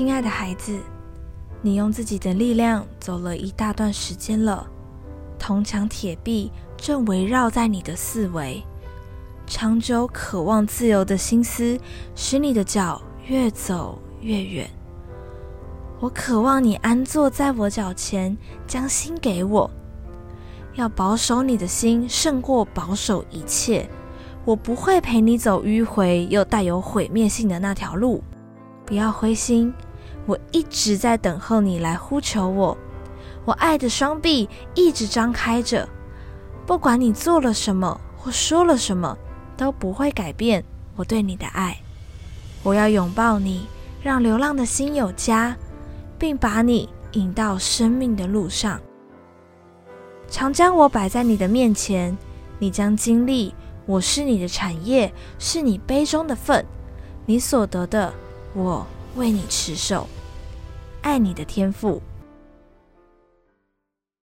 亲爱的孩子，你用自己的力量走了一大段时间了，铜墙铁壁正围绕在你的四围，长久渴望自由的心思使你的脚越走越远。我渴望你安坐在我脚前，将心给我，要保守你的心胜过保守一切。我不会陪你走迂回又带有毁灭性的那条路，不要灰心，我一直在等候你来呼求我。我爱的双臂一直张开着，不管你做了什么或说了什么，都不会改变我对你的爱。我要拥抱你，让流浪的心有家，并把你引到生命的路上。常将我摆在你的面前，你将经历我是你的产业，是你杯中的份，你所得的，我为你持守。爱你的天父